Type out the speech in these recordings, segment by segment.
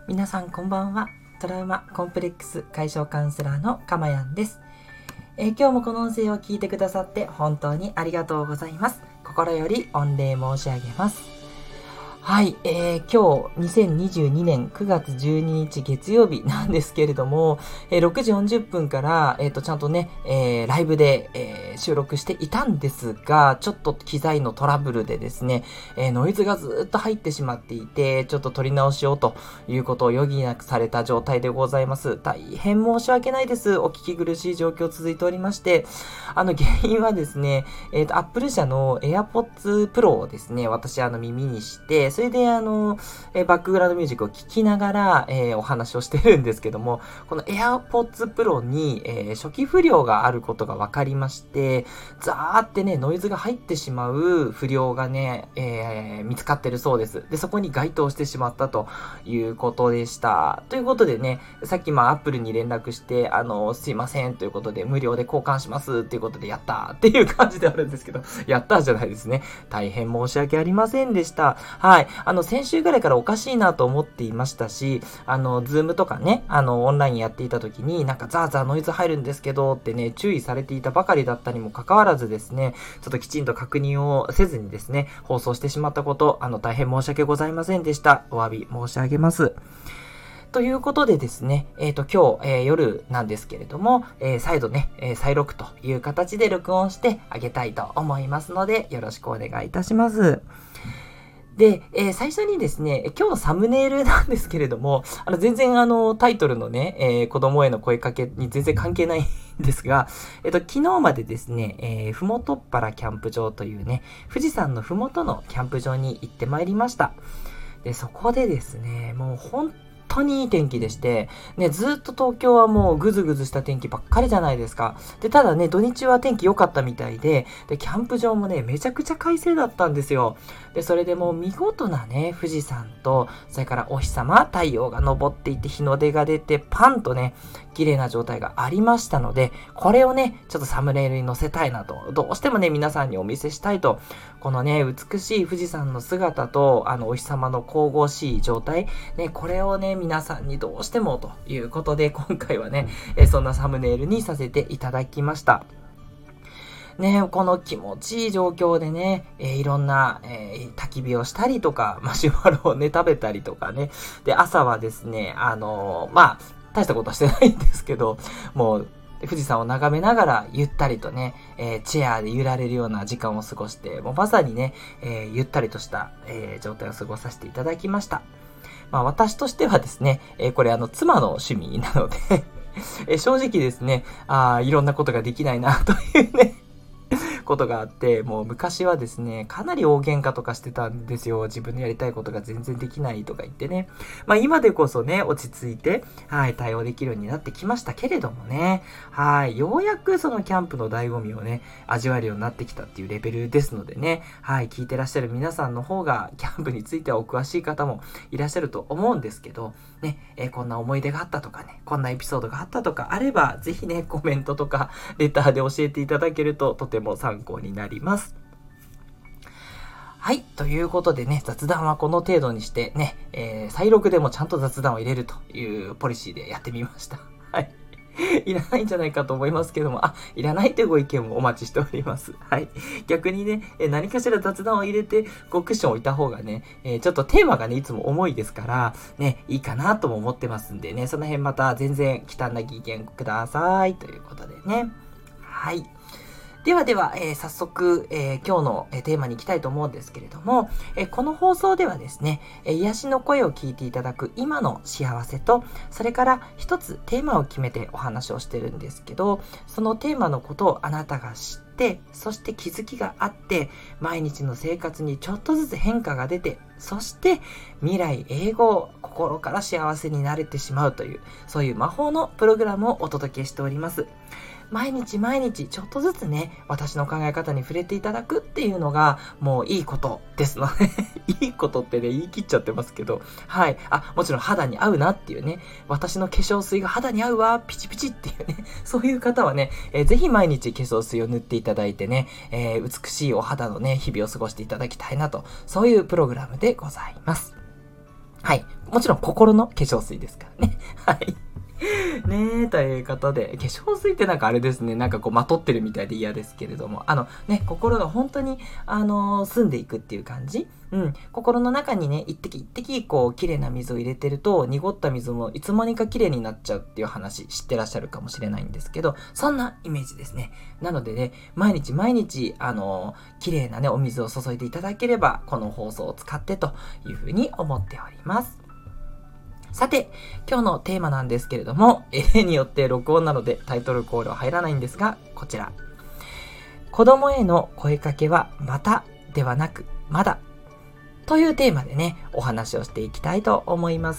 皆さんこんばんは。トラウマコンプレックス解消カウンセラーのかまやんです。今日もこの音声を聞いてくださって本当にありがとうございます。心より御礼申し上げます。はい、今日2022年9月12日月曜日なんですけれども、6時40分から、ちゃんとね、ライブで、収録していたんですが、ちょっと機材のトラブルでですね、ノイズがずっと入ってしまっていて、ちょっと撮り直しをということを余儀なくされた状態でございます。大変申し訳ないです。お聞き苦しい状況続いておりまして、原因はですね、Apple 社の AirPods Pro をですね、私耳にして、それでバックグラウンドミュージックを聴きながら、お話をしてるんですけども、この AirPods Pro に、初期不良があることが分かりまして、ザーってね、ノイズが入ってしまう不良がね、見つかってるそうです。で、そこに該当してしまったということでした。ということでね、さっきApple に連絡して、すいませんということで、無料で交換しますっていうことで、やったーっていう感じであるんですけど、やったーじゃないですね。大変申し訳ありませんでした。はい。先週ぐらいからおかしいなと思っていましたし、ズームとかね、オンラインやっていた時に、なんかザーザーノイズ入るんですけどってね、注意されていたばかりだったにもかかわらずですね、ちょっときちんと確認をせずにですね、放送してしまったこと、大変申し訳ございませんでした。お詫び申し上げます。ということでですね、今日、夜なんですけれども、再度ね、再録という形で録音してあげたいと思いますので、よろしくお願いいたします。で、最初にですね、今日のサムネイルなんですけれども、全然タイトルのね、子供への声かけに全然関係ないんですが、昨日までですね、ふもとっぱらキャンプ場というね、富士山のふもとのキャンプ場に行ってまいりました。で、そこでですね、もう本当にいい天気でして、ね、ずっと東京はもうぐずぐずした天気ばっかりじゃないですか。で、ただね、土日は天気良かったみたいで、キャンプ場もね、めちゃくちゃ快晴だったんですよ。で、それでもう見事なね、富士山と、それからお日様、太陽が昇っていて、日の出が出て、パンとね、綺麗な状態がありましたので、これをね、ちょっとサムネイルに載せたいなと、どうしてもね、皆さんにお見せしたいと、このね、美しい富士山の姿と、お日様の神々しい状態、ね、これをね、皆さんにどうしてもということで、今回はね、そんなサムネイルにさせていただきました。ね、この気持ちいい状況でね、いろんな、焚き火をしたりとか、マシュマロをね、食べたりとかね。で、朝はですね、大したことはしてないんですけど、もう、富士山を眺めながらゆったりとね、チェアで揺られるような時間を過ごして、もうまさにね、ゆったりとした、状態を過ごさせていただきました。私としてはですね、これ妻の趣味なので正直ですね、いろんなことができないなというね、ことがあって、もう昔はですね、かなり大喧嘩とかしてたんですよ。自分のやりたいことが全然できないとか言ってね。今でこそね、落ち着いて、はい、対応できるようになってきましたけれどもね。はい、ようやくそのキャンプの醍醐味をね、味わえるようになってきたっていうレベルですのでね。はい、聞いてらっしゃる皆さんの方が、キャンプについてはお詳しい方もいらっしゃると思うんですけど、ね、こんな思い出があったとかね、こんなエピソードがあったとかあれば、ぜひね、コメントとか、レターで教えていただけるととても参考になります。はい。ということでね、雑談はこの程度にしてね、再録でもちゃんと雑談を入れるというポリシーでやってみました。はい。いらないんじゃないかと思いますけども、いらないというご意見もお待ちしております。はい。逆にね、何かしら雑談を入れて、クッションを置いた方がね、ちょっとテーマがね、いつも重いですから、ね、いいかなとも思ってますんでね、その辺また全然忌憚なき意見ください。ということでね。はい。では、早速、今日のテーマに行きたいと思うんですけれども、この放送ではですね、癒しの声を聞いていただく今の幸せと、それから一つテーマを決めてお話をしてるんですけど、そのテーマのことをあなたが知って、そして気づきがあって、毎日の生活にちょっとずつ変化が出て、そして未来永劫心から幸せになれてしまうという、そういう魔法のプログラムをお届けしております。毎日ちょっとずつね、私の考え方に触れていただくっていうのが、もういいことですので、いいことってね、言い切っちゃってますけど、はい。もちろん肌に合うなっていうね、私の化粧水が肌に合うわ、ピチピチっていうね、そういう方はね、ぜひ毎日化粧水を塗っていただいてね、美しいお肌のね、日々を過ごしていただきたいなと、そういうプログラムでございます。 はい。もちろん心の化粧水ですからね。はい。ねえ、ということで、化粧水ってなんかあれですね、なんかこうまとってるみたいで嫌ですけれども、心が本当に、澄んでいくっていう感じ。うん。心の中にね、一滴一滴、こう、綺麗な水を入れてると、濁った水もいつの間にか綺麗になっちゃうっていう話、知ってらっしゃるかもしれないんですけど、そんなイメージですね。なのでね、毎日毎日、綺麗なね、お水を注いでいただければ、この放送を使ってというふうに思っております。さて、今日のテーマなんですけれども、例によって録音なのでタイトルコールは入らないんですが、こちら。子供への声かけはまたではなくまだというテーマでね、お話をしていきたいと思います。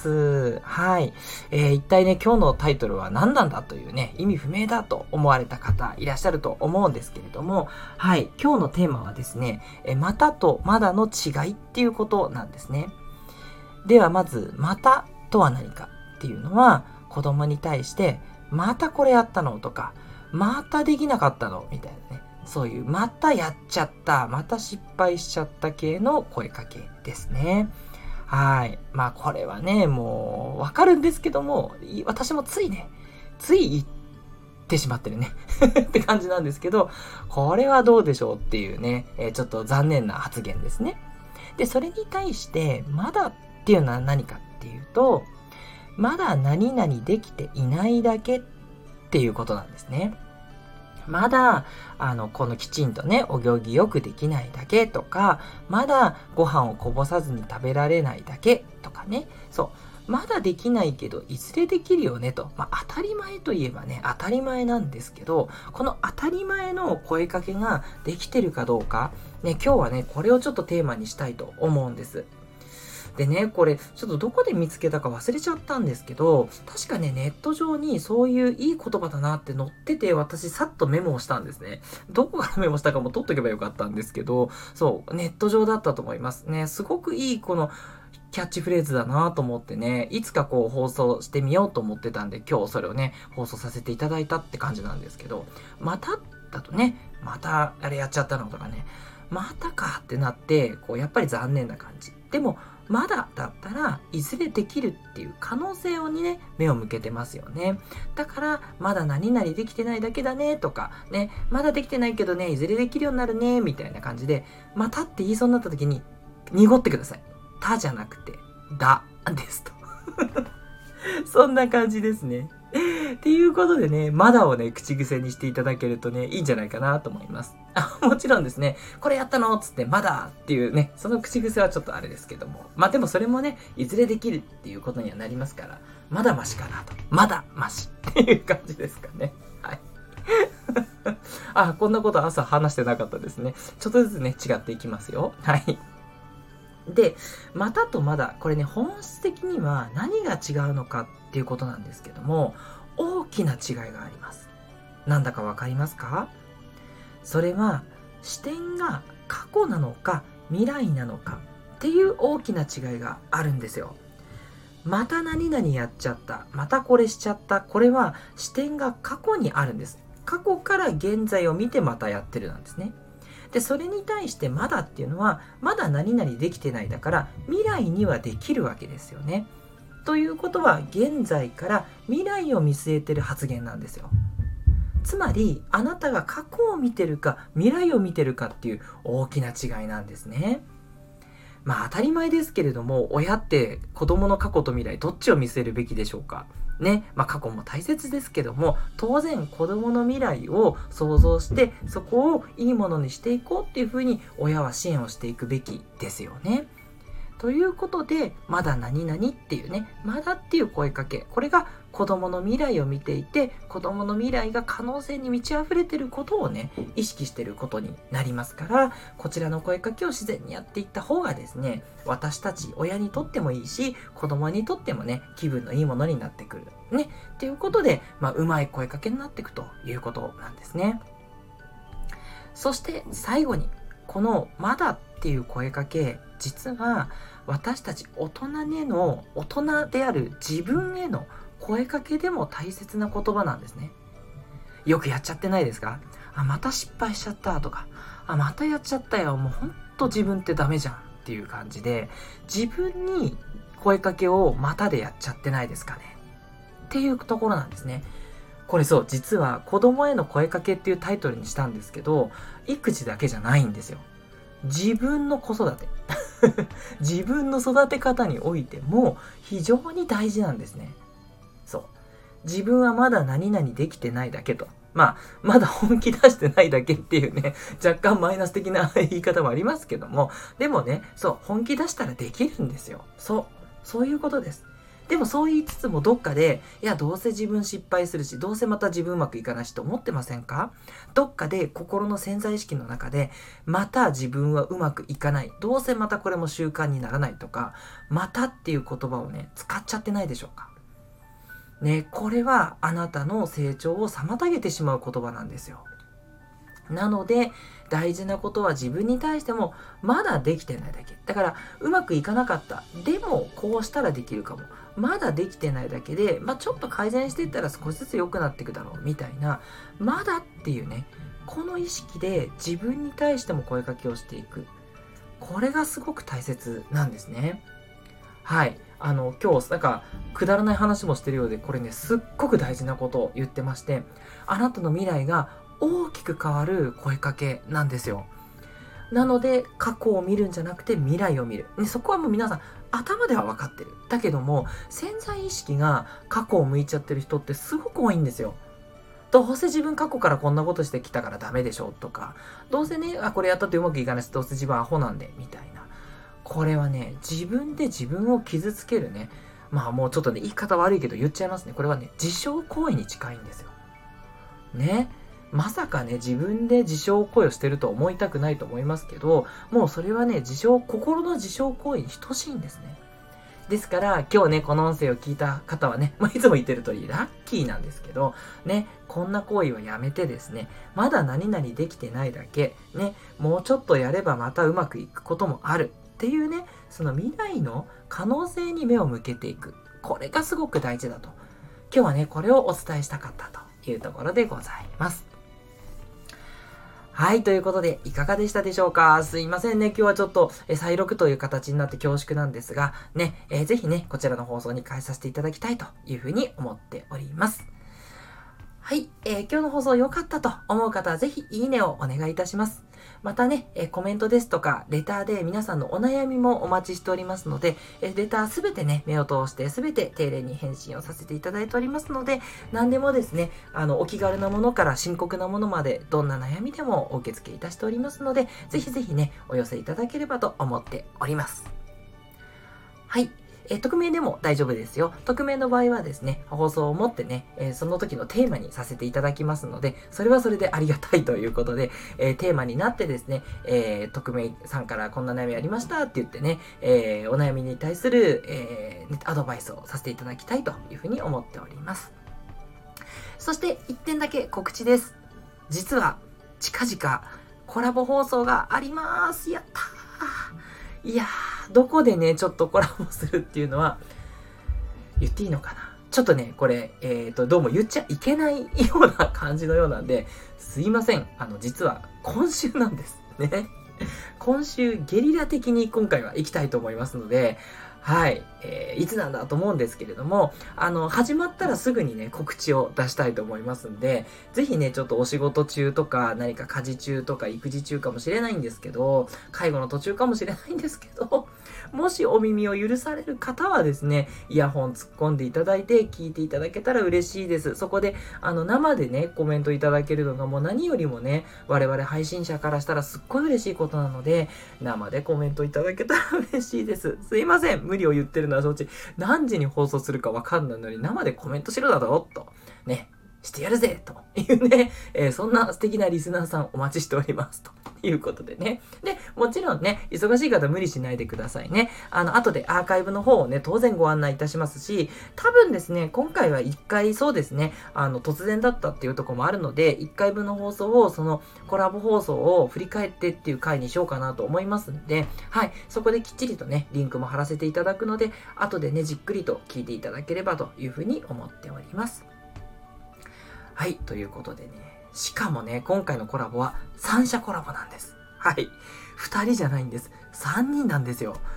はい。一体ね、今日のタイトルは何なんだというね、意味不明だと思われた方いらっしゃると思うんですけれども、はい。今日のテーマはですね、またとまだの違いっていうことなんですね。ではまず、またとは何かっていうのは、子供に対して、またこれやったのとか、またできなかったのみたいなね。そういう、またやっちゃった、また失敗しちゃった系の声かけですね。はい。まあこれはね、もうわかるんですけども、私もつい言ってしまってるねって感じなんですけど、これはどうでしょうっていうね、ちょっと残念な発言ですね。で、それに対して、まだっていうのは何かっていうと、まだ何々できていないだけっていうことなんですね。まだ、このきちんとね、お行儀よくできないだけとか、まだご飯をこぼさずに食べられないだけとかね。そう。まだできないけど、いずれできるよねと。まあ、当たり前といえばね、当たり前なんですけど、この当たり前の声かけができてるかどうか、ね、今日はね、これをちょっとテーマにしたいと思うんです。でね、これ、ちょっとどこで見つけたか忘れちゃったんですけど、確かね、ネット上にそういういい言葉だなって載ってて、私さっとメモをしたんですね。どこからメモしたかも取っとけばよかったんですけど、そう、ネット上だったと思いますね。すごくいいこのキャッチフレーズだなと思ってね、いつかこう放送してみようと思ってたんで、今日それをね、放送させていただいたって感じなんですけど、まただとね、またあれやっちゃったのとかね、またかってなって、こうやっぱり残念な感じ。でも、まだだったらいずれできるっていう可能性にね、目を向けてますよね。だから、まだ何々できてないだけだねとか、ね、まだできてないけどね、いずれできるようになるね、みたいな感じで、またって言いそうになった時に、濁ってください。たじゃなくて、だですと。そんな感じですね。っていうことでね、まだをね、口癖にしていただけるとね、いいんじゃないかなと思います。もちろんですね、これやったのつって、まだっていうね、その口癖はちょっとあれですけども。まあでもそれもね、いずれできるっていうことにはなりますから、まだマシかなと。まだマシっていう感じですかね。はい。こんなこと朝話してなかったですね。ちょっとずつね、違っていきますよ。はい。で、またとまだ、これね、本質的には何が違うのかっていうことなんですけども、大きな違いがあります。なんだかわかりますか？それは、視点が過去なのか未来なのかっていう大きな違いがあるんですよ。また何々やっちゃった。またこれしちゃった。これは視点が過去にあるんです。過去から現在を見てまたやってるなんですね。で、それに対してまだっていうのは、まだ何々できてないだから、未来にはできるわけですよね。ということは、現在から未来を見据えてる発言なんですよ。つまり、あなたが過去を見てるか、未来を見てるかっていう大きな違いなんですね。まあ当たり前ですけれども、親って子供の過去と未来どっちを見据えるべきでしょうかね。まあ過去も大切ですけども、当然子供の未来を想像して、そこをいいものにしていこうっていうふうに親は支援をしていくべきですよね。ということで、まだ何々っていうね、まだっていう声かけ、これが子供の未来を見ていて、子供の未来が可能性に満ち溢れてることをね、意識してることになりますから、こちらの声かけを自然にやっていった方がですね、私たち親にとってもいいし、子供にとってもね、気分のいいものになってくる。ね。っていうことで、うまい声かけになっていくということなんですね。そして最後に、このまだっていう声かけ、実は私たち大人である自分への声かけでも大切な言葉なんですね。よくやっちゃってないですか？また失敗しちゃったとか、またやっちゃったよ。もうほんと自分ってダメじゃんっていう感じで、自分に声かけを股でやっちゃってないですかねっていうところなんですね。これそう、実は子供への声かけっていうタイトルにしたんですけど、育児だけじゃないんですよ。自分の子育て自分の育て方においても非常に大事なんですね。そう。自分はまだ何々できてないだけと。まだ本気出してないだけっていうね、若干マイナス的な言い方もありますけども、でもね、そう、本気出したらできるんですよ。そういうことです。でもそう言いつつもどっかで、いや、どうせ自分失敗するし、どうせまた自分うまくいかないしと思ってませんか？どっかで心の潜在意識の中で、また自分はうまくいかない。どうせまたこれも習慣にならないとか、またっていう言葉をね、使っちゃってないでしょうか？ね、これはあなたの成長を妨げてしまう言葉なんですよ。なので、大事なことは自分に対してもまだできてないだけ。だから、うまくいかなかった。でも、こうしたらできるかも。まだできてないだけで、ちょっと改善していったら少しずつ良くなっていくだろう、みたいな、まだっていうね、この意識で自分に対しても声かけをしていく。これがすごく大切なんですね。はい。今日、くだらない話もしてるようで、これね、すっごく大事なことを言ってまして、あなたの未来が大きく変わる声かけなんですよ。なので、過去を見るんじゃなくて未来を見る。ね、そこはもう皆さん、頭では分かってる。だけども、潜在意識が過去を向いちゃってる人ってすごく多いんですよ。どうせ自分過去からこんなことしてきたからダメでしょとか、どうせね、これやったってうまくいかないし、どうせ自分アホなんで、みたいな。これはね、自分で自分を傷つけるね。もうちょっとね、言い方悪いけど言っちゃいますね。これはね、自傷行為に近いんですよ。ね。まさかね、自分で自傷行為をしてると思いたくないと思いますけど、もうそれはね、心の自傷行為に等しいんですね。ですから、今日ね、この音声を聞いた方はね、いつも言ってる通り、ラッキーなんですけど、ね、こんな行為はやめてですね、まだ何々できてないだけ、ね、もうちょっとやればまたうまくいくこともあるっていうね、その未来の可能性に目を向けていく。これがすごく大事だと。今日はね、これをお伝えしたかったというところでございます。はい、ということで、いかがでしたでしょうか？すいませんね、今日はちょっと、再録という形になって恐縮なんですが、ね、ぜひね、こちらの放送に変えさせていただきたいというふうに思っております。はい、今日の放送良かったと思う方はぜひいいねをお願いいたします。またね、コメントですとか、レターで皆さんのお悩みもお待ちしておりますので、レターすべてね、目を通してすべて丁寧に返信をさせていただいておりますので、何でもですね、お気軽なものから深刻なものまで、どんな悩みでもお受け付けいたしておりますので、ぜひぜひね、お寄せいただければと思っております。はい。匿名でも大丈夫ですよ。匿名の場合はですね、放送をもってね、その時のテーマにさせていただきますので、それはそれでありがたいということで、テーマになってですね、匿名さんからこんな悩みありましたって言ってね、お悩みに対する、アドバイスをさせていただきたいというふうに思っております。そして1点だけ告知です。実は近々コラボ放送があります。やったー。いやー、どこでね、ちょっとコラボするっていうのは、言っていいのかな？ちょっとね、これ、どうも言っちゃいけないような感じのようなんで、すいません。実は今週なんですね。今週ゲリラ的に今回は行きたいと思いますので、はい、いつなんだと思うんですけれども、始まったらすぐにね、告知を出したいと思いますんで、ぜひね、ちょっとお仕事中とか、何か家事中とか育児中かもしれないんですけど、介護の途中かもしれないんですけど、もしお耳を許される方はですね、イヤホン突っ込んでいただいて聞いていただけたら嬉しいです。そこで、生でね、コメントいただけるのがもう何よりもね、我々配信者からしたらすっごい嬉しいことなので、生でコメントいただけたら嬉しいです。すいません。無理を言ってるのはそっち。何時に放送するかわかんないのに生でコメントしろだろと。ね。してやるぜというね、そんな素敵なリスナーさんお待ちしておりますということでね。で、もちろんね、忙しい方無理しないでくださいね。後でアーカイブの方をね、当然ご案内いたしますし、多分ですね、今回は1回そうですね、突然だったっていうところもあるので、1回分の放送を、そのコラボ放送を振り返ってっていう回にしようかなと思いますんで、はい、そこできっちりとね、リンクも貼らせていただくので、後でね、じっくりと聞いていただければというふうに思っております。はい、ということでね、しかもね、今回のコラボは3社コラボなんです。はい。2人じゃないんです。3人なんですよ。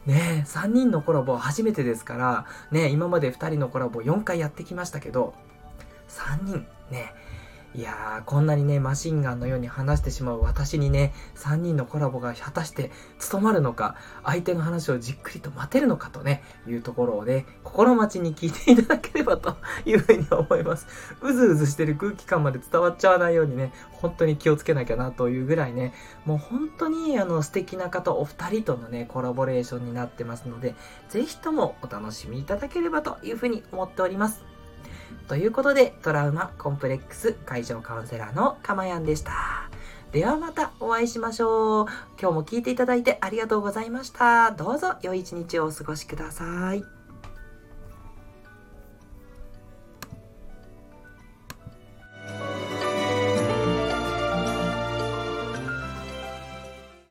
ね、3人のコラボ初めてですから、ね、今まで2人のコラボ4回やってきましたけど、3人ね、いやー、こんなにね、マシンガンのように話してしまう私にね、3人のコラボが果たして務まるのか、相手の話をじっくりと待てるのかとね、いうところをね、心待ちに聞いていただければというふうに思います。うずうずしてる空気感まで伝わっちゃわないようにね、本当に気をつけなきゃなというぐらいね、もう本当に素敵な方お二人とのね、コラボレーションになってますので、ぜひともお楽しみいただければというふうに思っております。ということで、トラウマコンプレックス解消カウンセラーのかまやんでした。ではまたお会いしましょう。今日も聞いていただいてありがとうございました。どうぞ良い一日をお過ごしください。